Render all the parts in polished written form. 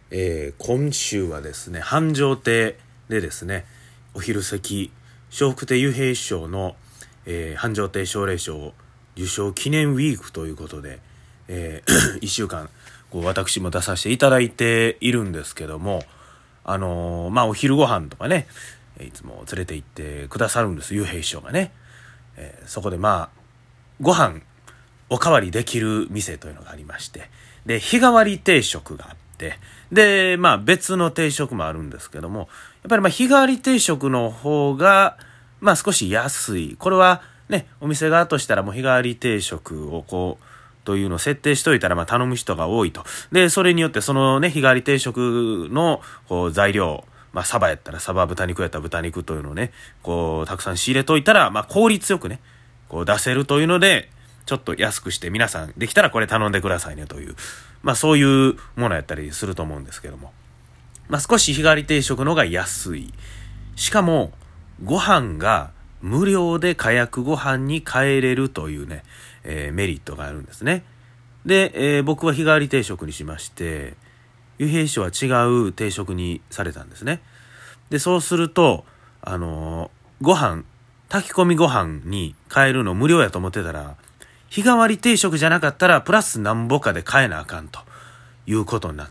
今週はですね、繁盛亭でですね、お昼席笑福亭幽閉師匠の、繁盛亭奨励賞受賞記念ウィークということで、1週間私も出させていただいているんですけども、お昼ご飯とかね、いつも連れて行ってくださるんです、幽閉師匠がね。そこでご飯おかわりできる店というのがありまして、で日替わり定食があって、で別の定食もあるんですけども、やっぱり日替わり定食の方が少し安い。これはね、お店側としたらもう日替わり定食をというのを設定しといたら頼む人が多いと。でそれによってそのね、日替わり定食の材料、サバやったらサバ、豚肉やったら豚肉というのをね、たくさん仕入れといたら効率よくね出せるというので、ちょっと安くして皆さんできたらこれ頼んでくださいねという、そういうものやったりすると思うんですけども、少し日替わり定食の方が安い。しかもご飯が無料でかやくご飯に変えれるというね、メリットがあるんですね。で、僕は日替わり定食にしまして、幽閉師匠は違う定食にされたんですね。でそうするとご飯、炊き込みご飯に変えるの無料やと思ってたら、日替わり定食じゃなかったらプラスなんぼかで変えなあかんということになって、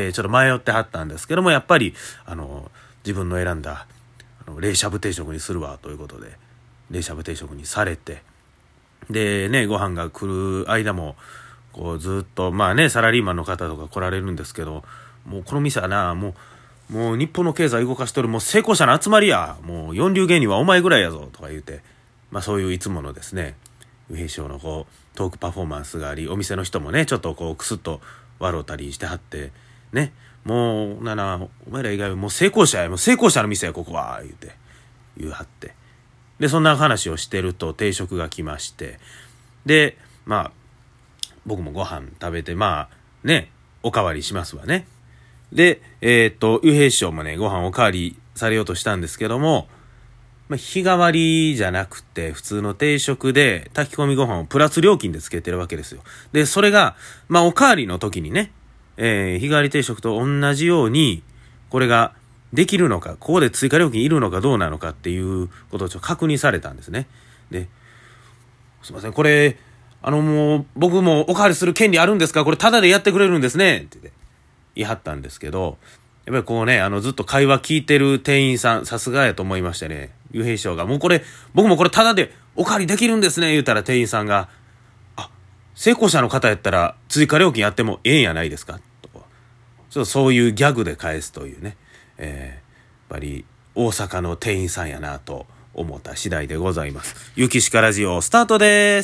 ちょっと迷ってはったんですけども、やっぱり自分の選んだ冷しゃぶ定食にするわということで冷しゃぶ定食にされて、でね、ご飯が来る間もずっとサラリーマンの方とか来られるんですけど、もうこの店はな、もう日本の経済動かしとるもう成功者の集まりや、もう四流芸人はお前ぐらいやぞとか言うて、そういういつものですね、幽閉師匠のトークパフォーマンスがあり、お店の人もねちょっとクスッと笑うたりしてはってね、もうお前ら以外はもう成功者や、もう成功者の店やここは言うはって、でそんな話をしてると定食が来まして、で僕もご飯食べておかわりしますわね。で幽閉師匠もねご飯おかわりされようとしたんですけども、日替わりじゃなくて普通の定食で炊き込みご飯をプラス料金でつけてるわけですよ。でそれがおかわりの時にね、日替わり定食と同じようにこれができるのか、ここで追加料金いるのかどうなのかっていうことをちょっと確認されたんですね。ですいません、これもう僕もおかわりする権利あるんですか、これタダでやってくれるんですねって言い張ったんですけど、やっぱりずっと会話聞いてる店員さん、さすがやと思いましてね、幽閉師匠が僕もこれタダでおかわりできるんですね言うたら、店員さんが成功者の方やったら追加料金やってもええんやないですかと、ちょっとそういうギャグで返すというね、やっぱり大阪の店員さんやなと思った次第でございます。ゆきしかラジオスタートです。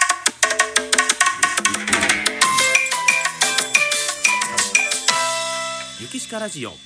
ゆきしかラジオ。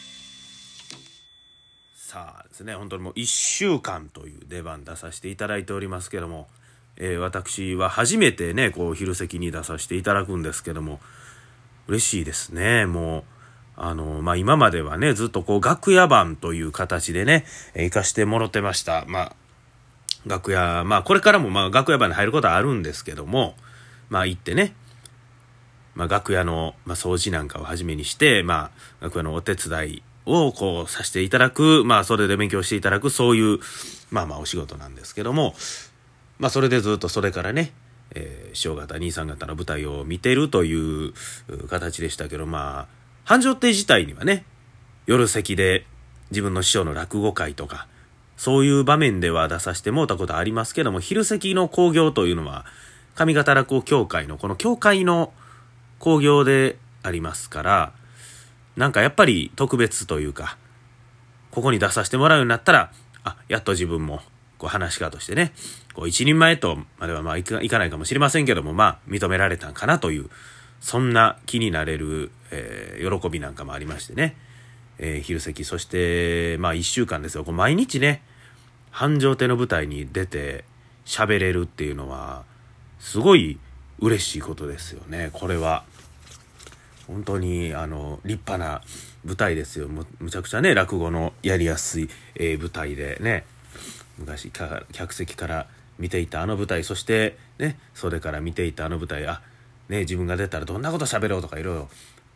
さあですね、本当にもう1週間という出番出させていただいておりますけども、私は初めてね昼席に出させていただくんですけども、嬉しいですね。もう今まではねずっと楽屋番という形でね行かしてもろてました。楽屋これからも楽屋番に入ることはあるんですけども、行ってね楽屋の掃除なんかをはじめにして楽屋のお手伝いをさせていただく、それで勉強していただく、そういうお仕事なんですけども、それでずっとそれからね、師匠方兄さん方の舞台を見てるという形でしたけど、繁盛亭自体にはね夜席で自分の師匠の落語会とかそういう場面では出させてもらったことありますけども、昼席の興行というのは上方落語協会のこの協会の興行でありますから、やっぱり特別というか、ここに出させてもらうようになったらやっと自分も話し家としてね一人前とまではいかないかもしれませんけども、認められたんかなという、そんな気になれる、喜びなんかもありましてね、昼席、そして1週間ですよ、毎日ね繁盛亭の舞台に出て喋れるっていうのはすごい嬉しいことですよね。これは本当に立派な舞台ですよ。むちゃくちゃね落語のやりやすい、舞台でね、昔客席から見ていた舞台、そしてね袖から見ていた舞台、自分が出たらどんなこと喋ろうとかいろいろ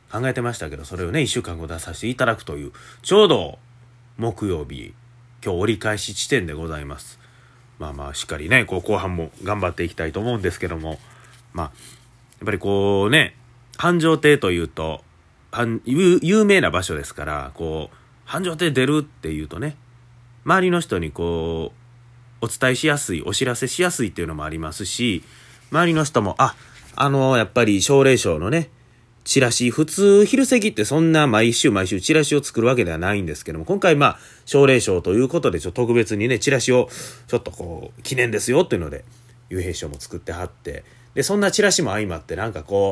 考えてましたけど、それをね1週間後出させていただくという、ちょうど木曜日、今日折り返し地点でございます。まあしっかりね後半も頑張っていきたいと思うんですけども、やっぱり繁盛亭というと有名な場所ですから、繁盛亭出るっていうとね、周りの人にお伝えしやすい、お知らせしやすいっていうのもありますし、周りの人もやっぱり奨励賞のねチラシ、普通昼席ってそんな毎週チラシを作るわけではないんですけども、今回奨励賞ということで特別にねチラシをちょっと記念ですよっていうので雄平賞も作ってはって、でそんなチラシも相まって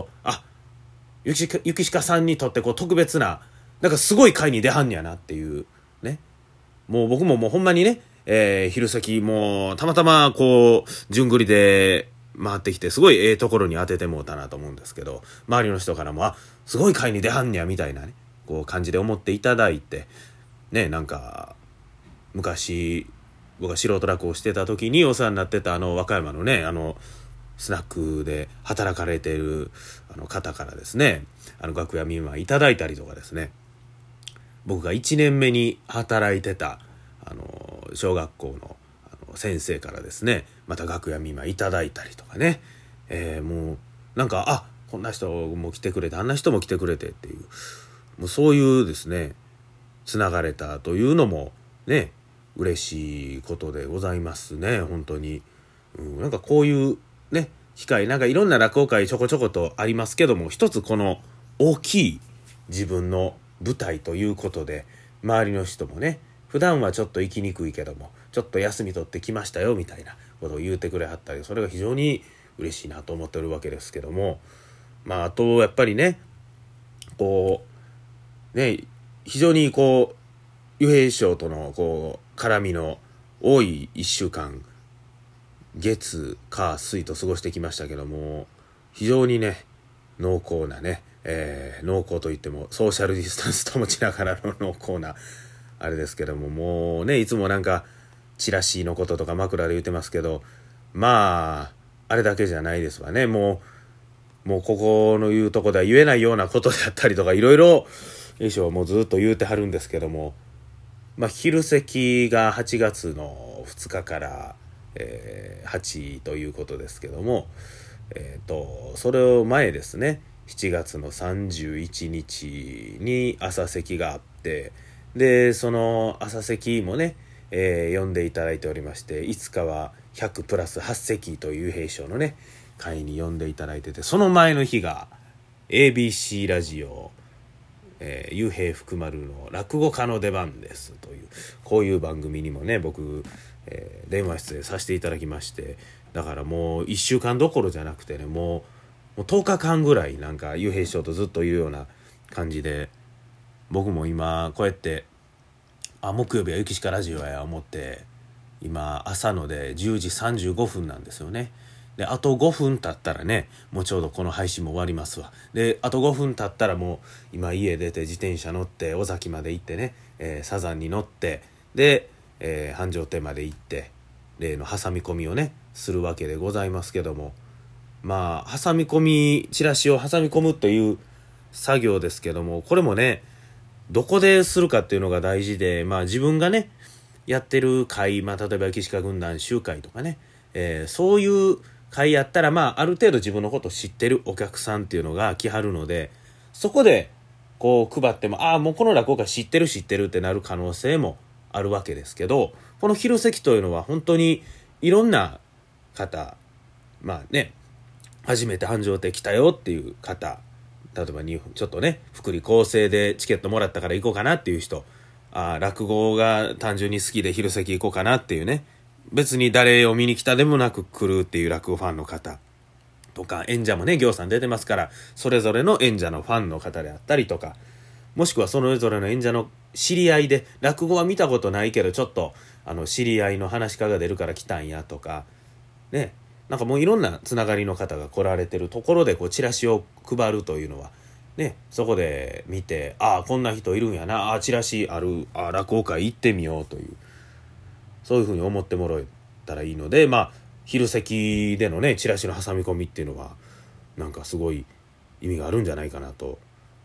雪鹿さんにとって特別なすごい会に出はんやなっていうね。もう僕もほんまにね、昼席もたまたま順繰りで回ってきて、すごいところに当ててもうたなと思うんですけど、周りの人からもすごい会に出はんにゃみたいなね感じで思っていただいてね、昔僕が素人落語をしてた時にお世話になってた和歌山のねスナックで働かれている方からですね、楽屋見舞いいただいたりとかですね、僕が1年目に働いてた小学校の先生からですね、また楽屋見舞いいただいたりとかね、もうこんな人も来てくれて、あんな人も来てくれてっていう、もうそういうですねつながれたというのもね嬉しいことでございますね、本当に。こういうね機会、いろんな落語会ちょこちょことありますけども、一つこの大きい自分の舞台ということで、周りの人もね普段はちょっと行きにくいけどもちょっと休み取ってきましたよみたいなことを言うてくれはったり、それが非常に嬉しいなと思っておるわけですけども、あとやっぱりね非常に雄平師匠との絡みの多い1週間、月火水と過ごしてきましたけども、非常にね濃厚なね、濃厚といってもソーシャルディスタンス保ちながらの濃厚なあれですけども、もうねいつもチラシのこととか枕で言ってますけど、あれだけじゃないですわね。もうここの言うとこでは言えないようなことであったりとか、いろいろ師匠もずっと言うてはるんですけども、昼席が8月の2日から、8ということですけども、それを前ですね7月の31日に朝席があって、でその朝席もね、呼んでいただいておりまして、いつかは100プラス8席という平章のね会に呼んでいただいてて、その前の日が ABC ラジオ雄平福丸の落語家の出番ですという、こういう番組にもね僕、電話出演させていただきまして、だからもう1週間どころじゃなくてね、もう10日間ぐらい雄平師匠とずっといるような感じで、僕も今こうやって木曜日は雪鹿ラジオや思って、今朝ので10時35分なんですよね。であと5分経ったらねもうちょうどこの配信も終わりますわ。であと5分経ったらもう今家出て自転車乗って尾崎まで行ってね、サザンに乗ってで、繁盛亭まで行って例の挟み込みをねするわけでございますけども、挟み込み、チラシを挟み込むという作業ですけども、これもねどこでするかっていうのが大事で、自分がねやってる会、例えば岸川軍団集会とかね、そういう会やったらある程度自分のことを知ってるお客さんっていうのが来はるので、そこで配ってももうこの落語家知ってるってなる可能性もあるわけですけど、この昼席というのは本当にいろんな方、初めて繁盛亭来たよっていう方、例えばちょっとね福利厚生でチケットもらったから行こうかなっていう人、落語が単純に好きで昼席行こうかなっていうね、別に誰を見に来たでもなく来るっていう落語ファンの方とか、演者もね行さん出てますから、それぞれの演者のファンの方であったりとか、もしくはそれぞれの演者の知り合いで落語は見たことないけどちょっと知り合いの話し家が出るから来たんやとかね、もういろんなつながりの方が来られてるところでチラシを配るというのはね、そこで見てこんな人いるんやな、チラシある、落語会行ってみようという、そういうふうに思ってもらえたらいいので、昼席でのねチラシの挟み込みっていうのはすごい意味があるんじゃないかなと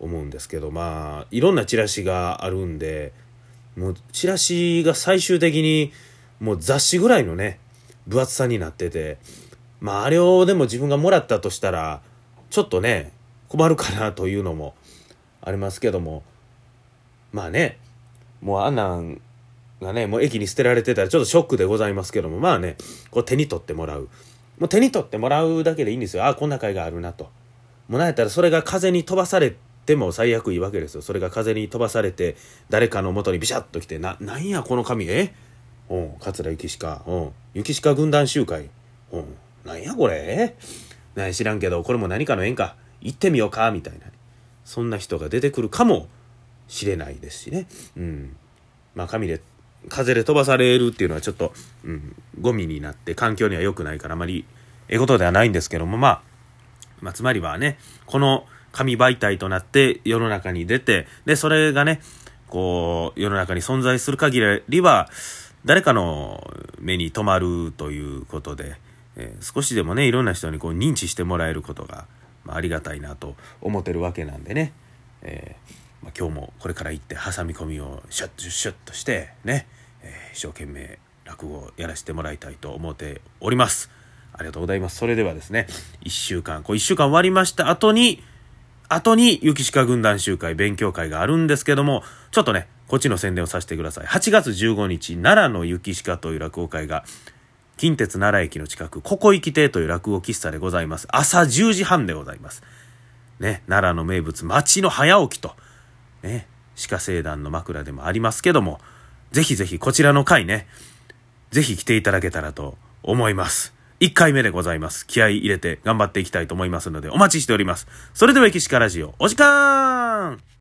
思うんですけど、まあいろんなチラシがあるんで、もうチラシが最終的にもう雑誌ぐらいのね分厚さになってて、まああれをでも自分がもらったとしたらちょっとね困るかなというのもありますけども、まあね、もうあんなんがねもう駅に捨てられてたらちょっとショックでございますけども、まあねこう手に取ってもらう、もう手に取ってもらうだけでいいんですよ。あ、こんな会があるなと。もうなんやったらそれが風に飛ばされても最悪いいわけですよ。それが風に飛ばされて誰かの元にビシャッと来て、なんやこの紙、桂雪鹿、雪鹿軍団集会、なんやこれ、知らんけどこれも何かの縁か、行ってみようかみたいな、そんな人が出てくるかもしれないですしね。まあ紙で風で飛ばされるっていうのはちょっと、ゴミになって環境には良くないからあまりことではないんですけども、まあつまりはね、この紙媒体となって世の中に出て、でそれがねこう世の中に存在する限りは誰かの目に留まるということで、少しでもねいろんな人にこう認知してもらえることが、ありがたいなと思ってるわけなんでね、今日もこれから行って挟み込みをシュッとしてね、一生懸命落語をやらせてもらいたいと思っております。ありがとうございます。それではですね、1週間終わりました後に雪鹿軍団集会勉強会があるんですけども、ちょっとねこっちの宣伝をさせてください。8月15日奈良の雪鹿という落語会が近鉄奈良駅の近くここ行き亭という落語喫茶でございます。朝10時半でございますね。奈良の名物町の早起きとね、鹿政団の枕でもありますけども、ぜひぜひこちらの会ね、ぜひ来ていただけたらと思います。1回目でございます。気合い入れて頑張っていきたいと思いますのでお待ちしております。それでは雪鹿ラジオお時間。